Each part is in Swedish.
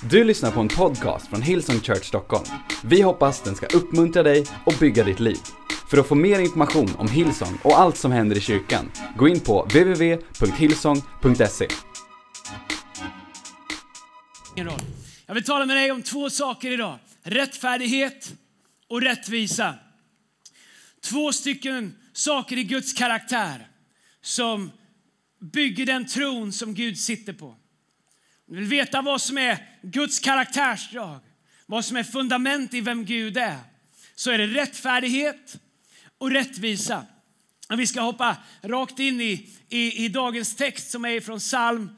Du lyssnar på en podcast från Hillsong Church Stockholm. Vi hoppas den ska uppmuntra dig och bygga ditt liv. För att få mer information om Hillsong och allt som händer i kyrkan, gå in på www.hillsong.se. Jag vill tala med dig om två saker idag. Rättfärdighet och rättvisa. Två stycken saker i Guds karaktär som bygger den tron som Gud sitter på. Om du vill veta vad som är Guds karaktärsdrag, vad som är fundament i vem Gud är, så är det rättfärdighet och rättvisa. Och vi ska hoppa rakt in i dagens text som är från Psalm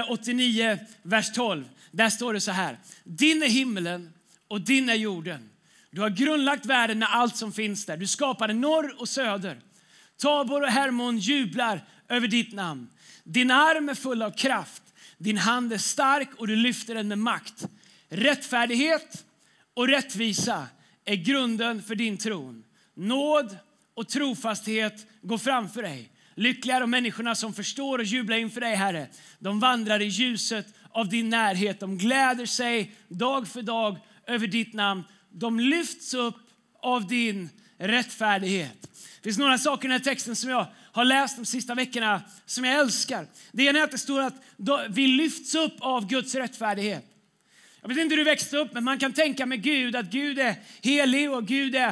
89, vers 12. Där står det så här: din är himlen och din är jorden. Du har grundlagt världen med allt som finns där. Du skapade norr och söder. Tabor och Hermon jublar över ditt namn. Din arm är full av kraft. Din hand är stark och du lyfter den med makt. Rättfärdighet och rättvisa är grunden för din tron. Nåd och trofasthet går framför dig. Lyckliga är de människorna som förstår och jublar inför dig, Herre. De vandrar i ljuset av din närhet. De gläder sig dag för dag över ditt namn. De lyfts upp av din rättfärdighet. Det finns några saker i den här texten som jag har läst de sista veckorna som jag älskar. Det ena är att det står att vi lyfts upp av Guds rättfärdighet. Jag vet inte hur du växte upp, men man kan tänka med Gud att Gud är helig och Gud är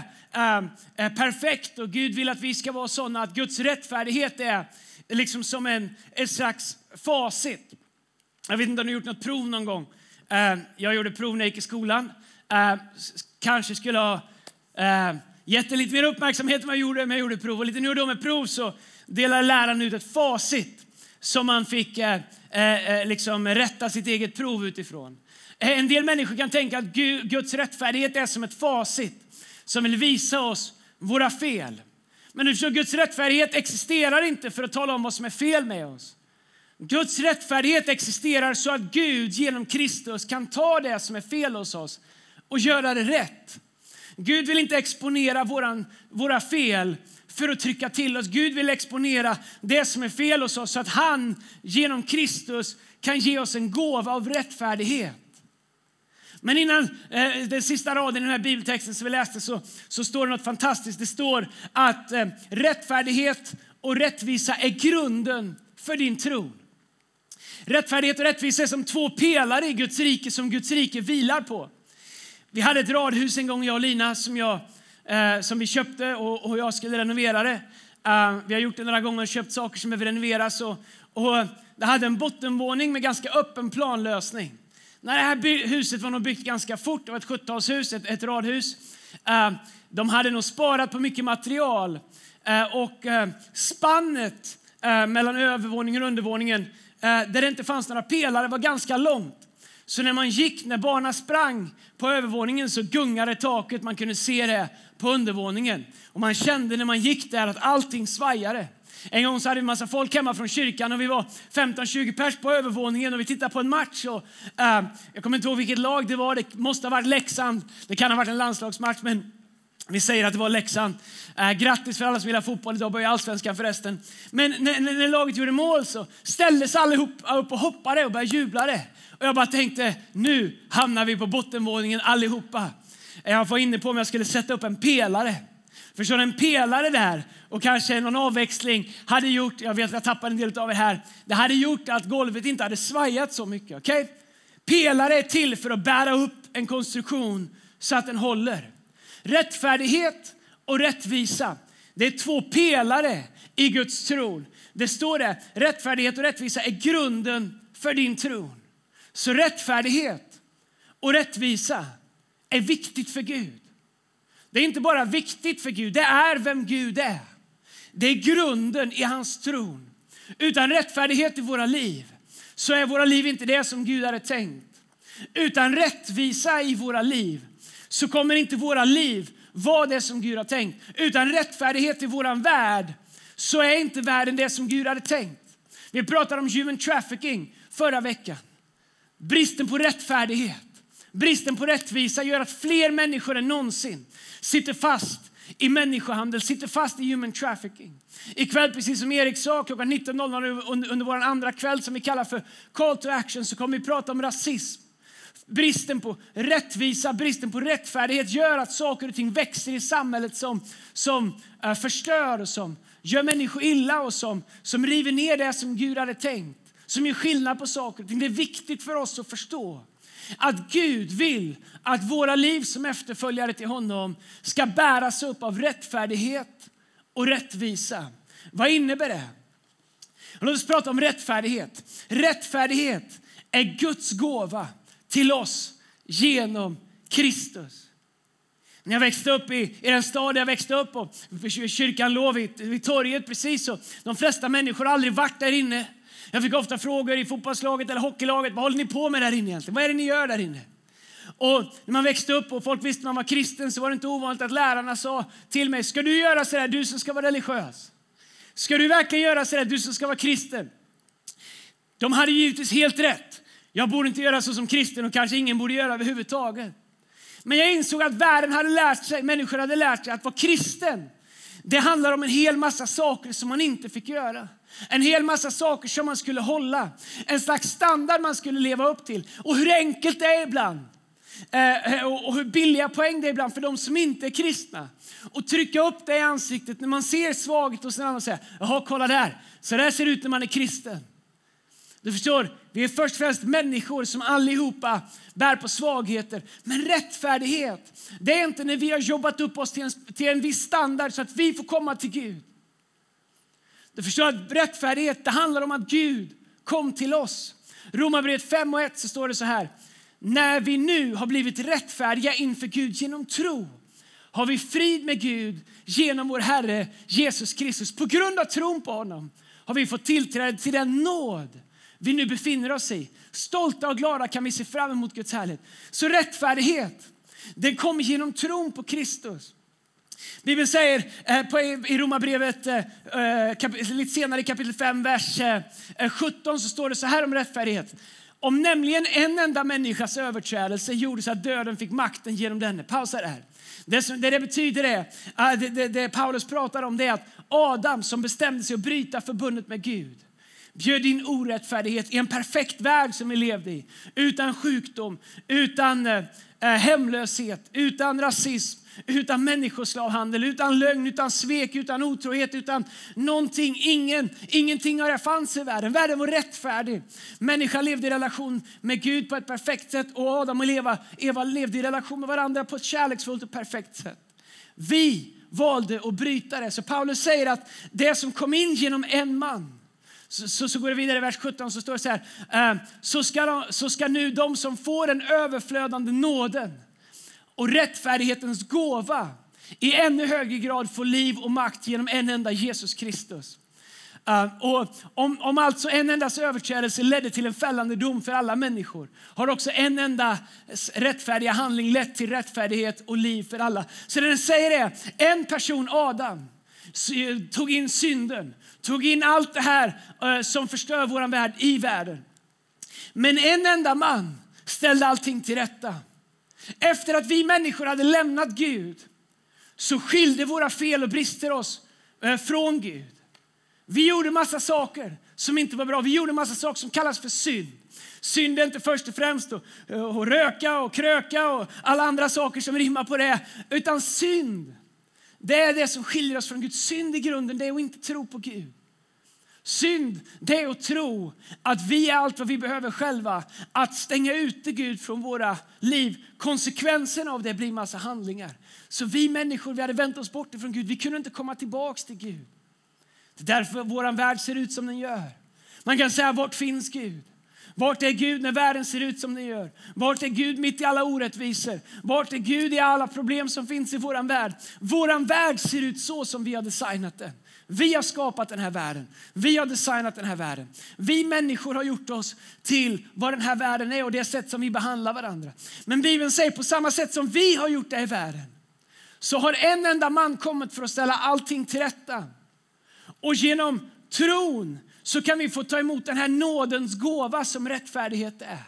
perfekt. Och Gud vill att vi ska vara sådana att Guds rättfärdighet är liksom som ett slags facit. Jag vet inte om du har gjort något prov någon gång. Jag gjorde prov när jag gick i skolan. Kanske skulle ha gett lite mer uppmärksamhet än vad jag gjorde, men jag gjorde prov. Och lite nu och då med prov så delade läraren ut ett facit som man fick liksom rätta sitt eget prov utifrån. En del människor kan tänka att Guds rättfärdighet är som ett facit som vill visa oss våra fel. Men du förstår, Guds rättfärdighet existerar inte för att tala om vad som är fel med oss. Guds rättfärdighet existerar så att Gud genom Kristus kan ta det som är fel hos oss och göra det rätt. Gud vill inte exponera våra fel för att trycka till oss. Gud vill exponera det som är fel hos oss så att han genom Kristus kan ge oss en gåva av rättfärdighet. Men innan den sista raden i den här bibeltexten som vi läste så står det något fantastiskt. Det står att rättfärdighet och rättvisa är grunden för din tro. Rättfärdighet och rättvisa är som två pelare i Guds rike som Guds rike vilar på. Vi hade ett radhus en gång, jag och Lina, som vi köpte och jag skulle renovera det. Vi har gjort det några gånger och köpt saker som behöver renoveras. Och det hade en bottenvåning med ganska öppen planlösning. När det här huset var nog byggt ganska fort, det var ett 70-talshus, ett radhus. De hade nog sparat på mycket material. Och spannet mellan övervåningen och undervåningen, där det inte fanns några pelare, var ganska långt. Så när barnen sprang på övervåningen så gungade taket. Man kunde se det på undervåningen. Och man kände när man gick där att allting svajade. En gång så hade vi en massa folk hemma från kyrkan och vi var 15-20 pers på övervåningen och vi tittade på en match. Och, jag kommer inte ihåg vilket lag det var. Det måste ha varit Leksand. Det kan ha varit en landslagsmatch, men vi säger att det var Leksand. Grattis för alla som gillar fotboll. Idag börjar allsvenskan förresten. Men när laget gjorde mål så ställdes allihop upp och hoppade och började jubla. Och jag bara tänkte, nu hamnar vi på bottenvåningen allihopa. Jag var inne på om jag skulle sätta upp en pelare. Förstår, en pelare där och kanske någon avväxling hade gjort, jag vet att jag tappade en del av det här. Det hade gjort att golvet inte hade svajat så mycket, okej? Okay? Pelare är till för att bära upp en konstruktion så att den håller. Rättfärdighet och rättvisa, det är två pelare i Guds tron. Det står det, rättfärdighet och rättvisa är grunden för din tron. Så rättfärdighet och rättvisa är viktigt för Gud. Det är inte bara viktigt för Gud, det är vem Gud är. Det är grunden i hans tron. Utan rättfärdighet i våra liv så är våra liv inte det som Gud hade tänkt. Utan rättvisa i våra liv så kommer inte våra liv vara det som Gud har tänkt. Utan rättfärdighet i våran värld så är inte världen det som Gud hade tänkt. Vi pratade om human trafficking förra veckan. Bristen på rättfärdighet, bristen på rättvisa gör att fler människor än någonsin sitter fast i människohandel, sitter fast i human trafficking. Ikväll, precis som Erik sa, klockan 19.00 under vår andra kväll som vi kallar för Call to Action, så kommer vi prata om rasism. bristen på rättvisa, bristen på rättfärdighet gör att saker och ting växer i samhället som förstör och som gör människor illa och som river ner det som Gud hade tänkt. Som gör skillnad på saker och ting. Det är viktigt för oss att förstå att Gud vill att våra liv som efterföljare till honom ska bäras upp av rättfärdighet och rättvisa. Vad innebär det? Låt oss prata om rättfärdighet. Rättfärdighet är Guds gåva till oss genom Kristus. När jag växte upp i den stad jag växte upp på, kyrkan låg vid torget precis så. De flesta människor har aldrig varit där inne. Jag fick ofta frågor i fotbollslaget eller hockeylaget. Vad håller ni på med där inne egentligen? Vad är det ni gör där inne? Och när man växte upp och folk visste man var kristen så var det inte ovanligt att lärarna sa till mig: ska du göra så där, du som ska vara religiös? Ska du verkligen göra så där, du som ska vara kristen? De hade givetvis helt rätt. Jag borde inte göra så som kristen och kanske ingen borde göra överhuvudtaget. Men jag insåg att världen hade lärt sig, människor hade lärt sig att vara kristen. Det handlar om en hel massa saker som man inte fick göra. En hel massa saker som man skulle hålla. En slags standard man skulle leva upp till. Och hur enkelt det är ibland. Och hur billiga poäng det är ibland för de som inte är kristna. Och trycka upp det i ansiktet när man ser svaghet hos en annan och säga: jaha, kolla där. Så där ser det ut när man är kristen. Du förstår, vi är först och främst människor som allihopa bär på svagheter. Men rättfärdighet, det är inte när vi har jobbat upp oss till en viss standard så att vi får komma till Gud. Du förstår att rättfärdighet, det handlar om att Gud kom till oss. Romarbrevet 5:1 så står det så här: när vi nu har blivit rättfärdiga inför Gud genom tro har vi frid med Gud genom vår Herre Jesus Kristus. På grund av tron på honom har vi fått tillträde till den nåd vi nu befinner oss i. Stolta och glada kan vi se fram emot Guds härlighet. Så rättfärdighet, den kommer genom tron på Kristus. Bibeln säger i Romarbrevet lite senare i kapitel 5 vers 17 så står det så här om rättfärdighet: om nämligen en enda människas överträdelse gjorde så att döden fick makten genom denne. Pausa där. Det betyder det Paulus pratar om, det är att Adam som bestämde sig att bryta förbundet med Gud bjöd in orättfärdighet i en perfekt värld som vi levde i. Utan sjukdom, utan hemlöshet, utan rasism, utan människoslavhandel, utan lögn, utan svek, utan otrohet, utan någonting. Ingenting av det fanns i världen. Världen var rättfärdig. Människan levde i relation med Gud på ett perfekt sätt och Adam och Eva levde i relation med varandra på ett kärleksfullt och perfekt sätt. Vi valde att bryta det. Så Paulus säger att det som kom in genom en man, så går det vidare i vers 17 så står det så här: så ska nu de som får den överflödande nåden och rättfärdighetens gåva i ännu högre grad få liv och makt genom en enda Jesus Kristus. Och om alltså en endas överträdelse ledde till en fällande dom för alla människor, har också en enda rättfärdiga handling lett till rättfärdighet och liv för alla. Så det den säger är: en person, Adam, tog in synden, tog in allt det här som förstör våran värld i världen. Men en enda man ställde allting till rätta. Efter att vi människor hade lämnat Gud så skilde våra fel och brister oss från Gud. Vi gjorde massa saker som inte var bra. Vi gjorde massa saker som kallas för synd. Synd är inte först och främst att röka och kröka och alla andra saker som rimmar på det. Utan synd, det är det som skiljer oss från Gud. Synd i grunden, det är att inte tro på Gud. Synd, det är att tro att vi är allt vad vi behöver själva. Att stänga ute Gud från våra liv. Konsekvensen av det blir massa handlingar. Så vi människor, vi hade vänt oss bort ifrån Gud. Vi kunde inte komma tillbaks till Gud. Det är därför våran värld ser ut som den gör. Man kan säga, vart finns Gud? Vart är Gud när världen ser ut som den gör? Vart är Gud mitt i alla orättvisor? Vart är Gud i alla problem som finns i våran värld? Våran värld ser ut så som vi har designat den. Vi har skapat den här världen. Vi har designat den här världen. Vi människor har gjort oss till vad den här världen är och det sätt som vi behandlar varandra. Men Bibeln säger, på samma sätt som vi har gjort det i världen så har en enda man kommit för att ställa allting till rätta. Och genom tron så kan vi få ta emot den här nådens gåva som rättfärdighet är.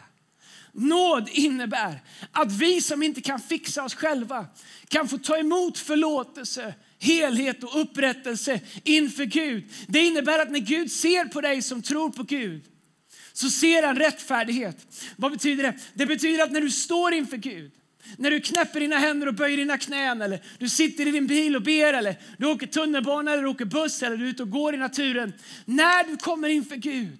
Nåd innebär att vi som inte kan fixa oss själva kan få ta emot förlåtelse, helhet och upprättelse inför Gud. Det innebär att när Gud ser på dig som tror på Gud så ser han rättfärdighet. Vad betyder det? Det betyder att när du står inför Gud, när du knäpper dina händer och böjer dina knän, eller du sitter i din bil och ber, eller du åker tunnelbana eller åker buss, eller du är ute och går i naturen. När du kommer inför Gud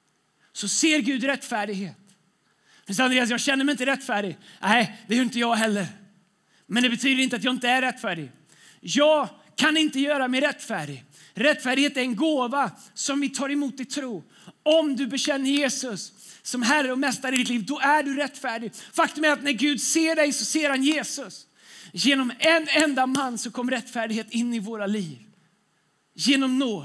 så ser Gud rättfärdighet. Men så Andreas, jag känner mig inte rättfärdig. Nej, det är inte jag heller. Men det betyder inte att jag inte är rättfärdig. Jag kan inte göra mig rättfärdig. Rättfärdighet är en gåva som vi tar emot i tro. Om du bekänner Jesus som Herre och Mästare i ditt liv, då är du rättfärdig. Faktum är att när Gud ser dig så ser han Jesus. Genom en enda man så kom rättfärdighet in i våra liv. Genom nåd.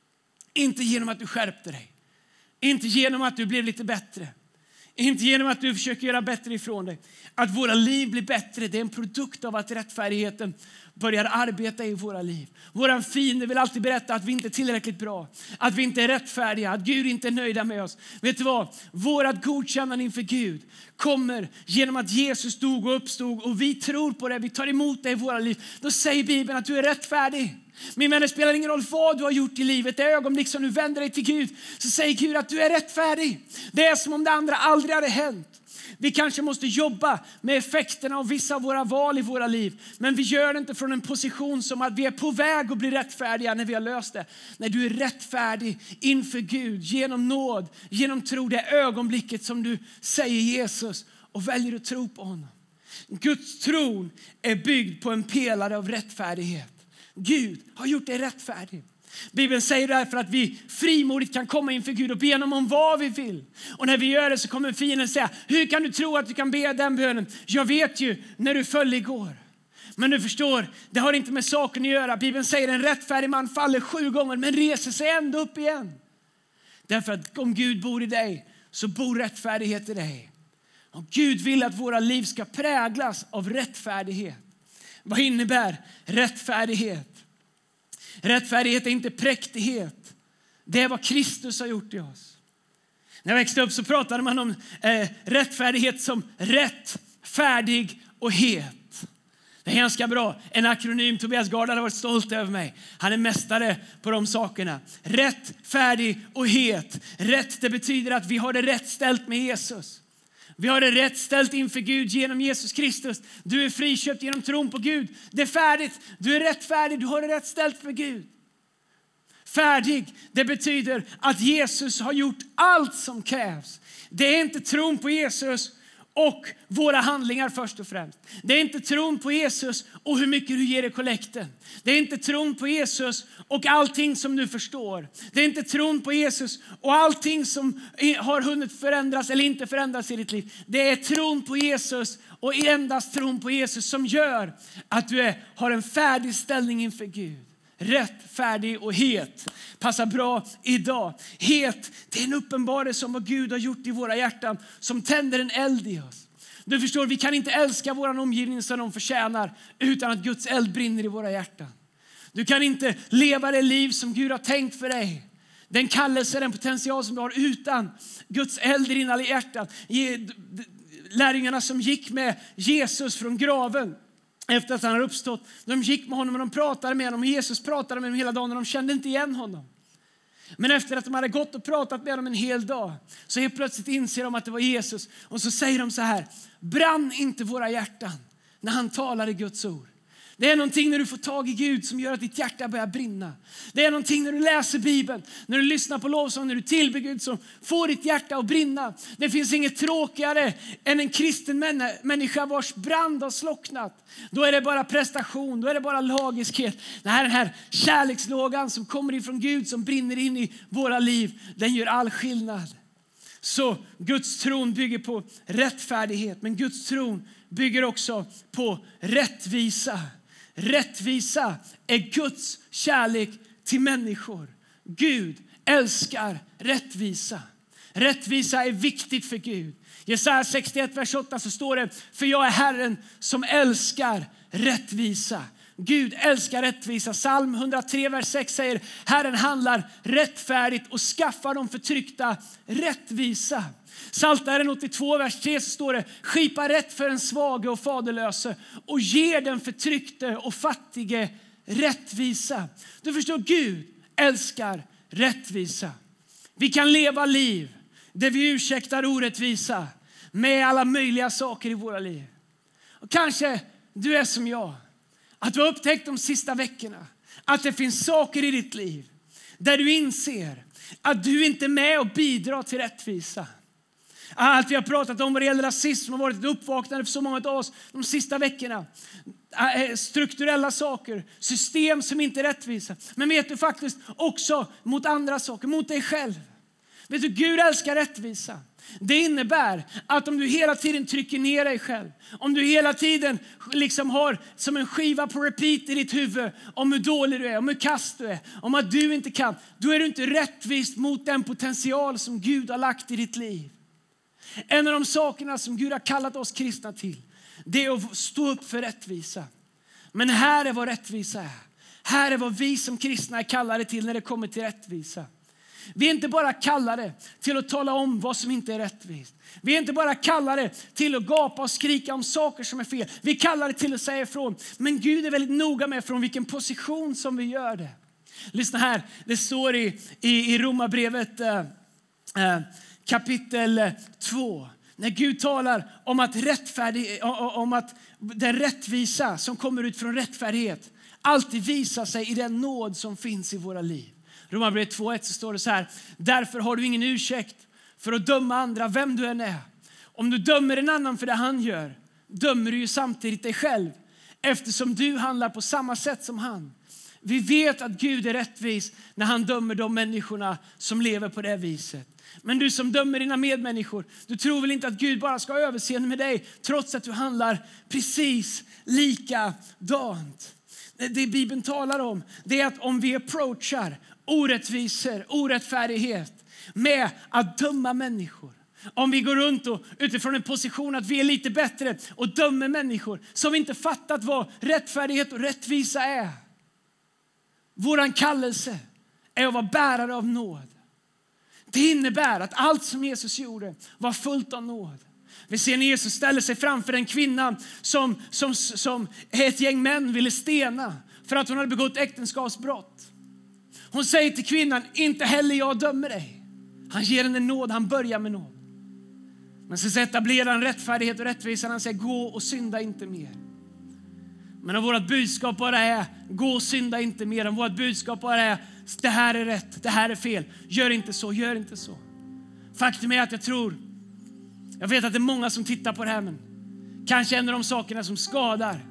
Inte genom att du skärpte dig. Inte genom att du blev lite bättre. Inte genom att du försöker göra bättre ifrån dig. Att våra liv blir bättre, det är en produkt av att rättfärdigheten börjar arbeta i våra liv. Våran fiende vill alltid berätta att vi inte är tillräckligt bra. Att vi inte är rättfärdiga, att Gud inte är nöjda med oss. Vet du vad? Vårat godkännande inför Gud kommer genom att Jesus dog och uppstod. Och vi tror på det, vi tar emot det i våra liv. Då säger Bibeln att du är rättfärdig. Min vän, det spelar ingen roll vad du har gjort i livet. Det ögonblick som du vänder dig till Gud så säger Gud att du är rättfärdig. Det är som om det andra aldrig hade hänt. Vi kanske måste jobba med effekterna av vissa av våra val i våra liv. Men vi gör det inte från en position som att vi är på väg att bli rättfärdiga när vi har löst det. När du är rättfärdig inför Gud genom nåd, genom tro, det ögonblicket som du säger Jesus och väljer att tro på honom. Guds tron är byggd på en pelare av rättfärdighet. Gud har gjort dig rättfärdig. Bibeln säger därför att vi frimodigt kan komma inför Gud och be honom om vad vi vill. Och när vi gör det så kommer fienden säga: hur kan du tro att du kan be den bönen? Jag vet ju när du föll igår. Men du förstår, det har inte med saken att göra. Bibeln säger en rättfärdig man faller 7 gånger men reser sig ändå upp igen. Därför att om Gud bor i dig så bor rättfärdighet i dig. Och Gud vill att våra liv ska präglas av rättfärdighet. Vad innebär rättfärdighet? Rättfärdighet är inte präktighet. Det är vad Kristus har gjort i oss. När jag växte upp så pratade man om rättfärdighet som rätt, färdig och het. Det är ganska bra. En akronym. Tobias Gard hade varit stolt över mig. Han är mästare på de sakerna. Rätt, färdig och het. Rätt, det betyder att vi har det rätt ställt med Jesus. Vi har det rätt ställt inför Gud genom Jesus Kristus. Du är friköpt genom tron på Gud. Det är färdigt. Du är rättfärdig. Du har det rätt ställt med Gud. Färdig, det betyder att Jesus har gjort allt som krävs. Det är inte tron på Jesus och våra handlingar först och främst. Det är inte tron på Jesus och hur mycket du ger i kollekten. Det är inte tron på Jesus och allting som du förstår. Det är inte tron på Jesus och allting som har hunnit förändras eller inte förändras i ditt liv. Det är tron på Jesus och endast tron på Jesus som gör att du har en färdig ställning inför Gud. Rätt, färdig och het. Passar bra idag. Het, det är en uppenbarelse om vad Gud har gjort i våra hjärtan som tänder en eld i oss. Du förstår, vi kan inte älska vår omgivning som de förtjänar utan att Guds eld brinner i våra hjärtan. Du kan inte leva det liv som Gud har tänkt för dig. Den kallelse, den potential som du har utan Guds eld i dina hjärtan. Lärjungarna som gick med Jesus från graven efter att han har uppstått. De gick med honom och de pratade med honom. Och Jesus pratade med dem hela dagen och de kände inte igen honom. Men efter att de hade gått och pratat med honom en hel dag så helt plötsligt inser de att det var Jesus. Och så säger de så här: brann inte våra hjärtan när han talar i Guds ord. Det är någonting när du får tag i Gud som gör att ditt hjärta börjar brinna. Det är någonting när du läser Bibeln, när du lyssnar på lovsång, när du tillber Gud som får ditt hjärta att brinna. Det finns inget tråkigare än en kristen människa vars brand har slocknat. Då är det bara prestation, då är det bara lagiskhet. Den här kärlekslågan som kommer ifrån Gud som brinner in i våra liv, den gör all skillnad. Så Guds tron bygger på rättfärdighet, men Guds tron bygger också på rättvisa. Rättvisa är Guds kärlek till människor. Gud älskar rättvisa. Rättvisa är viktigt för Gud. Jesaja 61, vers 8 så står det: för jag är Herren som älskar rättvisa. Gud älskar rättvisa. Psalm 103, vers 6 säger: Herren handlar rättfärdigt och skaffar de förtryckta rättvisa. Psaltaren 82, vers 3 så står det: skipa rätt för en svage och faderlöse och ger den förtryckte och fattige rättvisa. Du förstår, Gud älskar rättvisa. Vi kan leva liv där vi ursäktar orättvisa med alla möjliga saker i våra liv. Och kanske du är som jag, att du har upptäckt de sista veckorna att det finns saker i ditt liv där du inser att du inte är med och bidrar till rättvisa. Allt vi har pratat om vad det gäller rasism har varit ett uppvaknande för så många av oss de sista veckorna. Strukturella saker, system som inte är rättvisa. Men vet du faktiskt också mot andra saker, mot dig själv. Vet du, Gud älskar rättvisa. Det innebär att om du hela tiden trycker ner dig själv, om du hela tiden liksom har som en skiva på repeat i ditt huvud om hur dålig du är, om hur kast du är, om att du inte kan, då är du inte rättvist mot den potential som Gud har lagt i ditt liv. En av de sakerna som Gud har kallat oss kristna till, det är att stå upp för rättvisa. Men här är vad rättvisa är. Här är vad vi som kristna är kallade till när det kommer till rättvisa. Vi är inte bara kallade till att tala om vad som inte är rättvist. Vi är inte bara kallade till att gapa och skrika om saker som är fel. Vi är kallade till att säga ifrån. Men Gud är väldigt noga med från vilken position som vi gör det. Lyssna här, det står i Romarbrevet kapitel 2. När Gud talar om att den rättvisa som kommer ut från rättfärdighet alltid visar sig i den nåd som finns i våra liv. Romarbrevet 2:1 så står det så här: därför har du ingen ursäkt för att döma andra vem du än är. Om du dömer en annan för det han gör, dömer du ju samtidigt dig själv, eftersom du handlar på samma sätt som han. Vi vet att Gud är rättvis när han dömer de människorna som lever på det viset. Men du som dömer dina medmänniskor, du tror väl inte att Gud bara ska ha överseende med dig trots att du handlar precis likadant. Det Bibeln talar om, det är att om vi approachar orättvisor, orättfärdighet med att döma människor. Om vi går runt och utifrån en position att vi är lite bättre och dömer människor som inte fattat vad rättfärdighet och rättvisa är. Våran kallelse är att vara bärare av nåd. Det innebär att allt som Jesus gjorde var fullt av nåd. Vi ser när Jesus ställer sig framför en kvinna som ett gäng män ville stena för att hon hade begått äktenskapsbrott. Hon säger till kvinnan, inte heller jag dömer dig. Han ger henne nåd, han börjar med nåd. Men så etablerar han rättfärdighet och rättvisa. Han säger, gå och synda inte mer. Men om vårt budskap bara är, gå och synda inte mer. Om vårt budskap bara är, det här är rätt, det här är fel. Gör inte så, gör inte så. Faktum är att jag vet att det är många som tittar på det här, men kanske en av de sakerna som skadar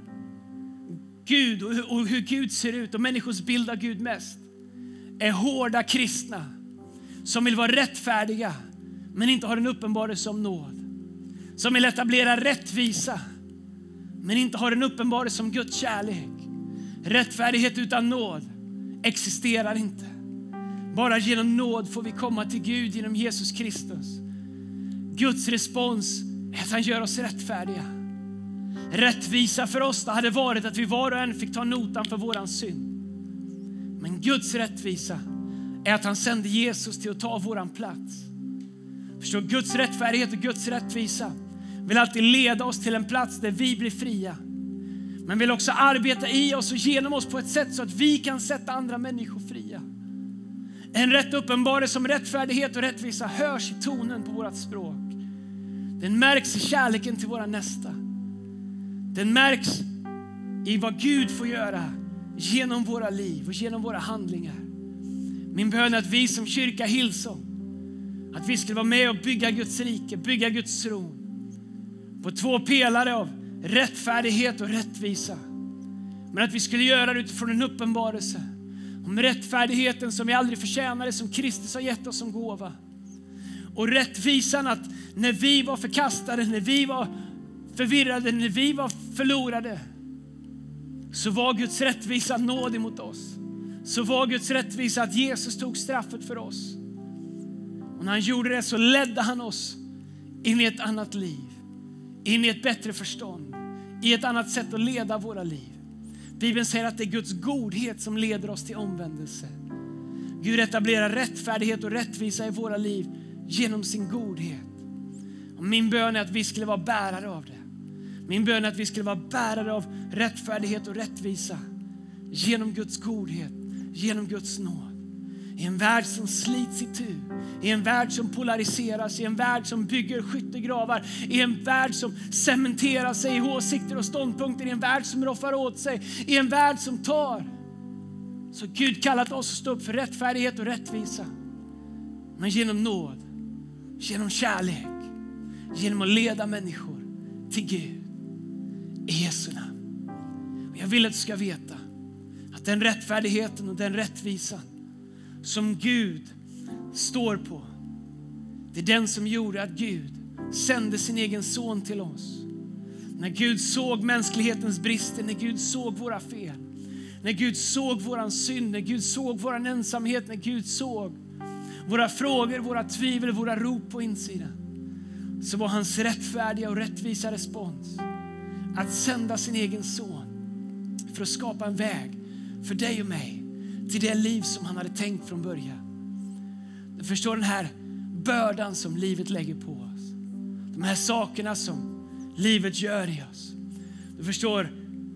Gud och hur Gud ser ut och människors bild av Gud mest är hårda kristna som vill vara rättfärdiga men inte har en uppenbarelse om nåd. Som vill etablera rättvisa men inte har en uppenbarelse om Guds kärlek. Rättfärdighet utan nåd existerar inte. Bara genom nåd får vi komma till Gud genom Jesus Kristus. Guds respons är att han gör oss rättfärdiga. Rättvisa för oss det hade varit att vi var och en fick ta notan för våran synd. Men Guds rättvisa är att han sände Jesus till att ta våran plats. Förstår, Guds rättfärdighet och Guds rättvisa vill alltid leda oss till en plats där vi blir fria. Men vill också arbeta i oss och genom oss på ett sätt så att vi kan sätta andra människor fria. En rätt uppenbarelse om rättfärdighet och rättvisa hörs i tonen på vårt språk. Den märks i kärleken till våra nästa. Den märks i vad Gud får göra genom våra liv och genom våra handlingar. Min bön är att vi som kyrka Hillsong, att vi skulle vara med och bygga Guds rike, bygga Guds tron på 2 pelare av rättfärdighet och rättvisa. Men att vi skulle göra det utifrån en uppenbarelse om rättfärdigheten som vi aldrig förtjänade, som Kristus har gett oss som gåva. Och rättvisan att när vi var förkastade, när vi var förvirrade, när vi var förlorade, så var Guds rättvisa nåd emot oss. Så var Guds rättvisa att Jesus tog straffet för oss. Och när han gjorde det så ledde han oss in i ett annat liv. In i ett bättre förstånd. I ett annat sätt att leda våra liv. Bibeln säger att det är Guds godhet som leder oss till omvändelse. Gud etablerar rättfärdighet och rättvisa i våra liv genom sin godhet. Och min bön är att vi skulle vara bärare av det. Min bön är att vi skulle vara bärare av rättfärdighet och rättvisa genom Guds godhet, genom Guds nåd. I en värld som slits itu, i en värld som polariseras, i en värld som bygger skyttegravar, i en värld som cementerar sig i åsikter och ståndpunkter, i en värld som roffar åt sig, i en värld som tar. Så Gud kallat oss att stå upp för rättfärdighet och rättvisa. Men genom nåd, genom kärlek, genom att leda människor till Gud. I Jesu namn. Och jag vill att du ska veta att den rättfärdigheten och den rättvisan som Gud står på, det är den som gjorde att Gud sände sin egen son till oss. När Gud såg mänsklighetens brister, när Gud såg våra fel, när Gud såg våran synd, när Gud såg våran ensamhet, när Gud såg våra frågor, våra tvivel, våra rop på insidan, så var hans rättfärdiga och rättvisa respons att sända sin egen son för att skapa en väg för dig och mig till det liv som han hade tänkt från början. Du förstår den här bördan som livet lägger på oss. De här sakerna som livet gör i oss. Du förstår,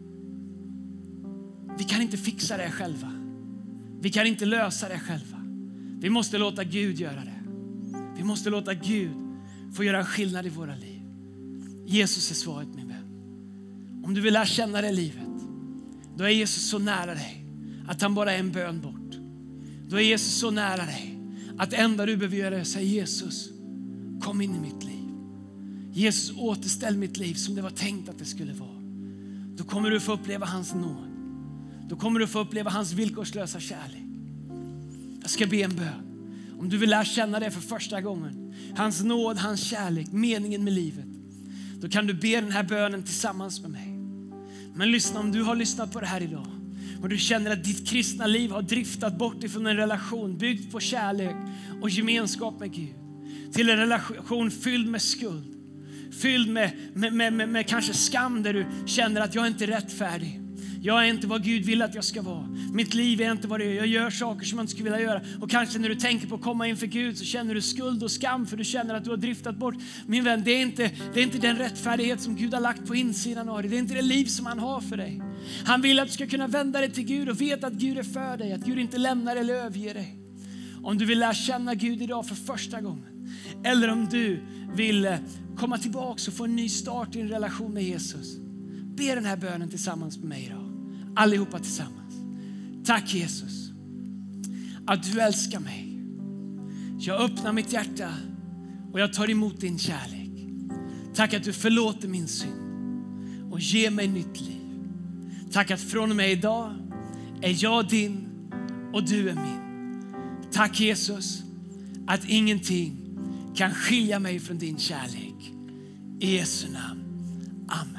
vi kan inte fixa det själva. Vi kan inte lösa det själva. Vi måste låta Gud göra det. Vi måste låta Gud få göra en skillnad i våra liv. Jesus är svaret, min vän. Om du vill lära känna det livet, då är Jesus så nära dig att han bara är en bön bort. Då är Jesus så nära dig att det enda du behöver göra är att säga: Jesus, kom in i mitt liv. Jesus, återställ mitt liv som det var tänkt att det skulle vara. Då kommer du få uppleva hans nåd. Då kommer du få uppleva hans villkorslösa kärlek. Jag ska be en bön. Om du vill lära känna det för första gången, hans nåd, hans kärlek, meningen med livet, då kan du be den här bönen tillsammans med mig. Men lyssna, om du har lyssnat på det här idag och du känner att ditt kristna liv har driftat bort ifrån en relation byggd på kärlek och gemenskap med Gud till en relation fylld med skuld, fylld med kanske skam, där du känner att jag är inte rättfärdig. Jag är inte vad Gud vill att jag ska vara. Mitt liv är inte vad det är. Jag gör saker som jag inte skulle vilja göra. Och kanske när du tänker på att komma inför Gud så känner du skuld och skam för du känner att du har driftat bort. Min vän, det är inte den rättfärdighet som Gud har lagt på insidan av dig. Det är inte det liv som han har för dig. Han vill att du ska kunna vända dig till Gud och veta att Gud är för dig. Att Gud inte lämnar eller överger dig. Om du vill lära känna Gud idag för första gången, eller om du vill komma tillbaka och få en ny start i en relation med Jesus, be den här bönen tillsammans med mig idag. Allihopa tillsammans. Tack Jesus att du älskar mig. Jag öppnar mitt hjärta och jag tar emot din kärlek. Tack att du förlåter min synd och ger mig nytt liv. Tack att från och med idag är jag din och du är min. Tack Jesus att ingenting kan skilja mig från din kärlek. I Jesu namn. Amen.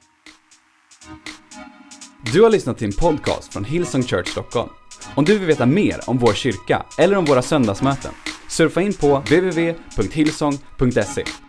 Du har lyssnat till en podcast från Hillsong Church Stockholm. Om du vill veta mer om vår kyrka eller om våra söndagsmöten, surfa in på www.hillsong.se.